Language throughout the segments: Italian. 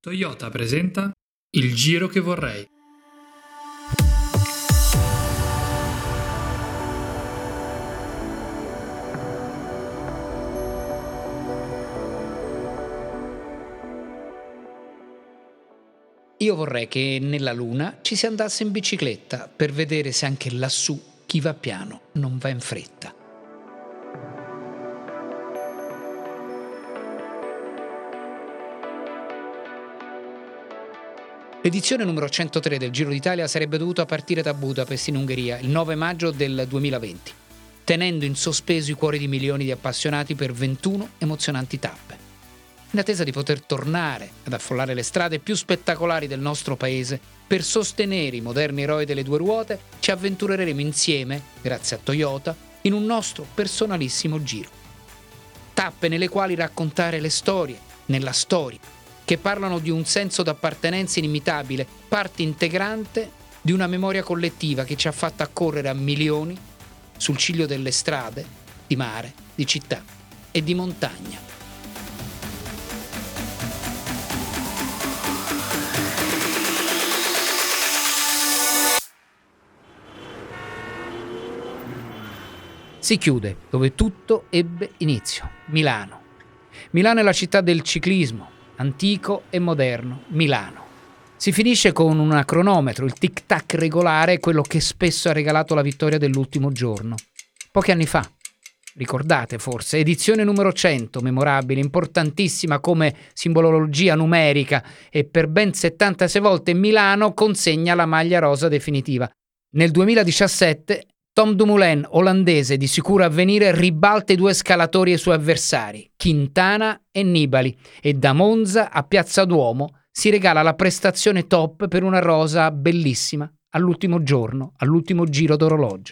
Toyota presenta Il giro che vorrei. Io vorrei che nella Luna ci si andasse in bicicletta per vedere se anche lassù chi va piano non va in fretta. L'edizione numero 103 del Giro d'Italia sarebbe dovuta partire da Budapest in Ungheria il 9 maggio del 2020, tenendo in sospeso i cuori di milioni di appassionati per 21 emozionanti tappe. In attesa di poter tornare ad affollare le strade più spettacolari del nostro paese, per sostenere i moderni eroi delle due ruote, ci avventureremo insieme, grazie a Toyota, in un nostro personalissimo giro. Tappe nelle quali raccontare le storie, nella storia, che parlano di un senso d'appartenenza inimitabile, parte integrante di una memoria collettiva che ci ha fatto accorrere a milioni sul ciglio delle strade, di mare, di città e di montagna. Si chiude dove tutto ebbe inizio, Milano. Milano è la città del ciclismo, antico e moderno, Milano. Si finisce con un cronometro, il tic-tac regolare, quello che spesso ha regalato la vittoria dell'ultimo giorno. Pochi anni fa, ricordate forse, edizione numero 100, memorabile, importantissima come simbologia numerica, e per ben 76 volte Milano consegna la maglia rosa definitiva. Nel 2017 Tom Dumoulin, olandese di sicuro avvenire, ribalta i due scalatori e i suoi avversari, Quintana e Nibali, e da Monza a Piazza Duomo si regala la prestazione top per una rosa bellissima all'ultimo giorno, all'ultimo giro d'orologio.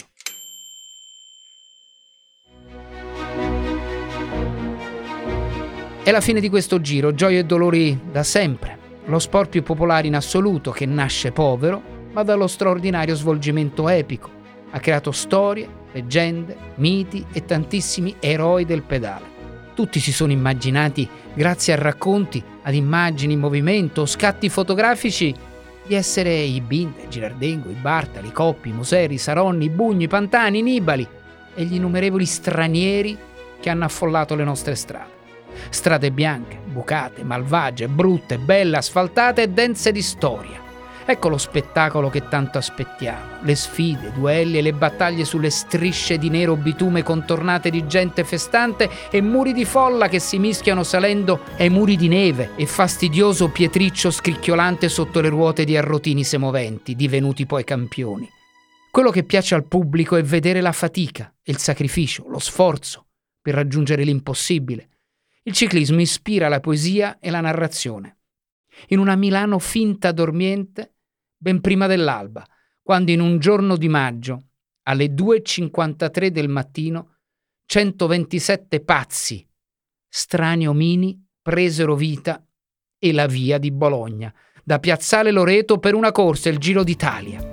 È la fine di questo giro, gioie e dolori da sempre, lo sport più popolare in assoluto che nasce povero, ma dallo straordinario svolgimento epico. Ha creato storie, leggende, miti e tantissimi eroi del pedale. Tutti si sono immaginati, grazie a racconti, ad immagini in movimento, scatti fotografici, di essere i Binder, Girardengo, i Bartali, i Coppi, i Moseri, i Saronni, i Bugni, i Pantani, i Nibali e gli innumerevoli stranieri che hanno affollato le nostre strade. Strade bianche, bucate, malvagie, brutte, belle, asfaltate e dense di storia. Ecco lo spettacolo che tanto aspettiamo, le sfide, i duelli e le battaglie sulle strisce di nero bitume contornate di gente festante e muri di folla che si mischiano salendo ai muri di neve e fastidioso pietriccio scricchiolante sotto le ruote di arrotini semoventi, divenuti poi campioni. Quello che piace al pubblico è vedere la fatica, il sacrificio, lo sforzo per raggiungere l'impossibile. Il ciclismo ispira la poesia e la narrazione. In una Milano finta dormiente, ben prima dell'alba, quando in un giorno di maggio, alle 2:53 del mattino, 127 pazzi, strani omini, presero vita e la via di Bologna, da Piazzale Loreto per una corsa, il Giro d'Italia.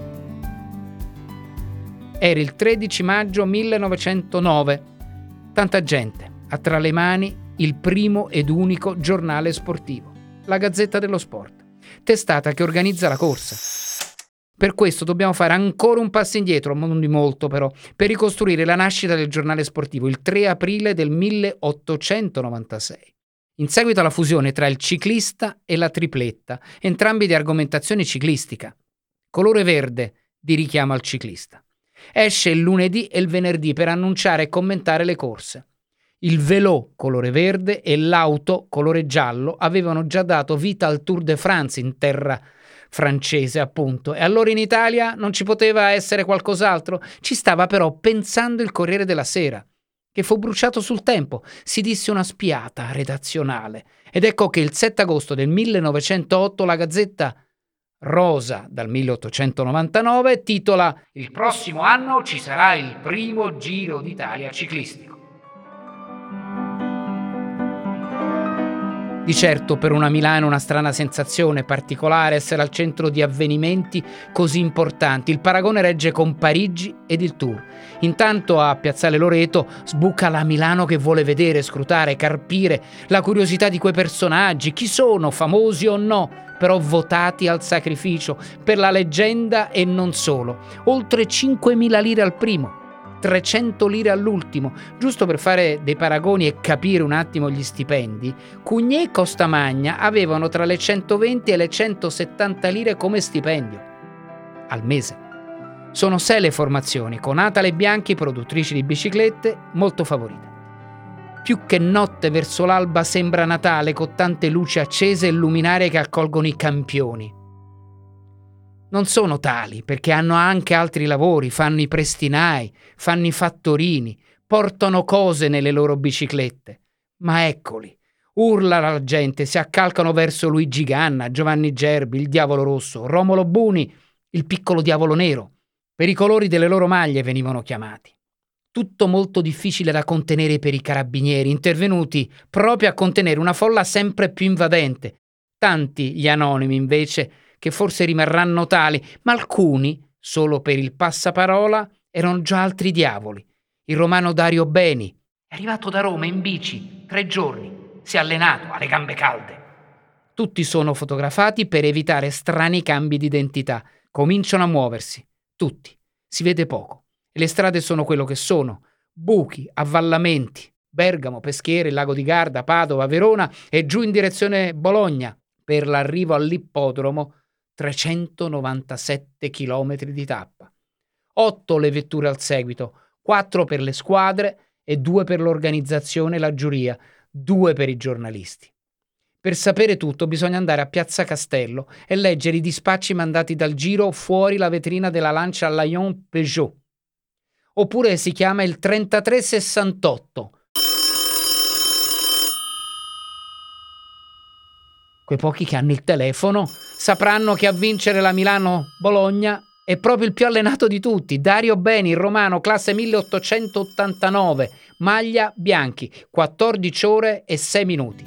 Era il 13 maggio 1909. Tanta gente ha tra le mani il primo ed unico giornale sportivo, la Gazzetta dello Sport, testata che organizza la corsa. Per questo dobbiamo fare ancora un passo indietro, non di molto però, per ricostruire la nascita del giornale sportivo il 3 aprile del 1896. In seguito alla fusione tra il Ciclista e la Tripletta, entrambi di argomentazione ciclistica. Colore verde di richiamo al ciclista. Esce il lunedì e il venerdì per annunciare e commentare le corse. Il Vélo, colore verde, e l'Auto, colore giallo, avevano già dato vita al Tour de France in terra francese, appunto. E allora in Italia non ci poteva essere qualcos'altro? Ci stava però pensando il Corriere della Sera, che fu bruciato sul tempo. Si disse una spiata redazionale. Ed ecco che il 7 agosto del 1908 la Gazzetta, rosa dal 1899, titola «Il prossimo anno ci sarà il primo Giro d'Italia ciclistico». Di certo per una Milano è una strana sensazione particolare essere al centro di avvenimenti così importanti. Il paragone regge con Parigi ed il Tour. Intanto a Piazzale Loreto sbuca la Milano che vuole vedere, scrutare, carpire la curiosità di quei personaggi. Chi sono, famosi o no, però votati al sacrificio, per la leggenda e non solo. Oltre 5.000 lire al primo, 300 lire all'ultimo. Giusto per fare dei paragoni e capire un attimo gli stipendi, Cugné e Costamagna avevano tra le 120 e le 170 lire come stipendio al mese. Sono 6 le formazioni, con Atale Bianchi, produttrici di biciclette, molto favorite. Più che notte verso l'alba sembra Natale, con tante luci accese e luminarie che accolgono i campioni. Non sono tali, perché hanno anche altri lavori, fanno i prestinai, fanno i fattorini, portano cose nelle loro biciclette. Ma eccoli, urla la gente, si accalcano verso Luigi Ganna, Giovanni Gerbi, il Diavolo Rosso, Romolo Buni, il Piccolo Diavolo Nero. Per i colori delle loro maglie venivano chiamati. Tutto molto difficile da contenere per i carabinieri, intervenuti proprio a contenere una folla sempre più invadente. Tanti gli anonimi, invece, che forse rimarranno tali, ma alcuni, solo per il passaparola, erano già altri diavoli. Il romano Dario Beni è arrivato da Roma in bici, 3 giorni, si è allenato, ha le gambe calde. Tutti sono fotografati per evitare strani cambi di identità. Cominciano a muoversi, tutti, si vede poco. E le strade sono quello che sono, buchi, avvallamenti, Bergamo, Peschiera, il Lago di Garda, Padova, Verona e giù in direzione Bologna. Per l'arrivo all'ippodromo 397 chilometri di tappa. 8 le vetture al seguito, 4 per le squadre e 2 per l'organizzazione e la giuria, 2 per i giornalisti. Per sapere tutto bisogna andare a Piazza Castello e leggere i dispacci mandati dal Giro fuori la vetrina della Lancia Lion Peugeot. Oppure si chiama il 3368. Quei pochi che hanno il telefono sapranno che a vincere la Milano-Bologna è proprio il più allenato di tutti, Dario Beni, il romano, classe 1889, maglia bianchi, 14 ore e 6 minuti.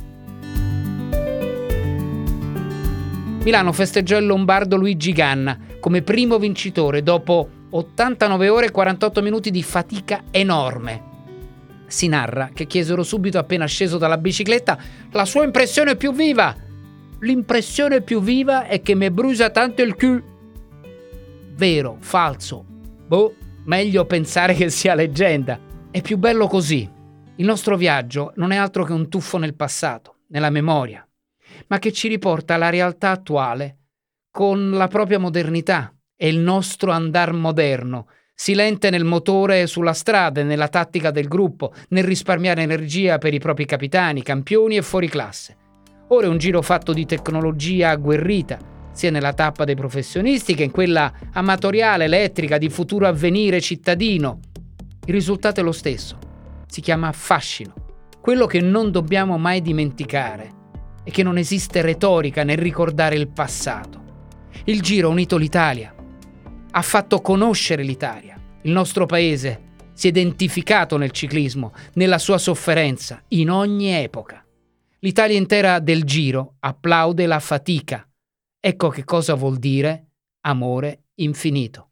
Milano festeggiò il lombardo Luigi Ganna come primo vincitore dopo 89 ore e 48 minuti di fatica enorme. Si narra che chiesero subito appena sceso dalla bicicletta la sua impressione più viva. L'impressione più viva è che mi brucia tanto il cul. Vero, falso? Meglio pensare che sia leggenda. È più bello così. Il nostro viaggio non è altro che un tuffo nel passato, nella memoria, ma che ci riporta alla realtà attuale con la propria modernità e il nostro andar moderno, silente nel motore e sulla strada e nella tattica del gruppo, nel risparmiare energia per i propri capitani, campioni e fuoriclasse. Ora è un giro fatto di tecnologia agguerrita, sia nella tappa dei professionisti che in quella amatoriale, elettrica, di futuro avvenire cittadino. Il risultato è lo stesso. Si chiama fascino. Quello che non dobbiamo mai dimenticare è che non esiste retorica nel ricordare il passato. Il Giro ha unito l'Italia, ha fatto conoscere l'Italia. Il nostro paese si è identificato nel ciclismo, nella sua sofferenza, in ogni epoca. L'Italia intera del Giro applaude la fatica. Ecco che cosa vuol dire amore infinito.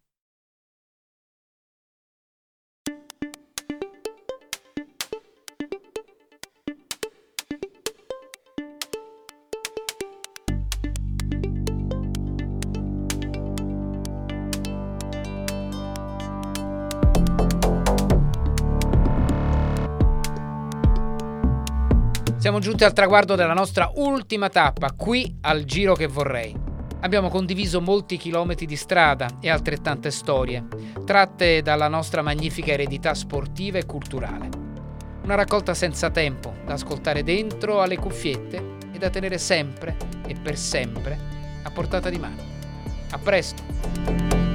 Siamo giunti al traguardo della nostra ultima tappa, qui al Giro che vorrei. Abbiamo condiviso molti chilometri di strada e altrettante storie, tratte dalla nostra magnifica eredità sportiva e culturale. Una raccolta senza tempo, da ascoltare dentro alle cuffiette e da tenere sempre e per sempre a portata di mano. A presto!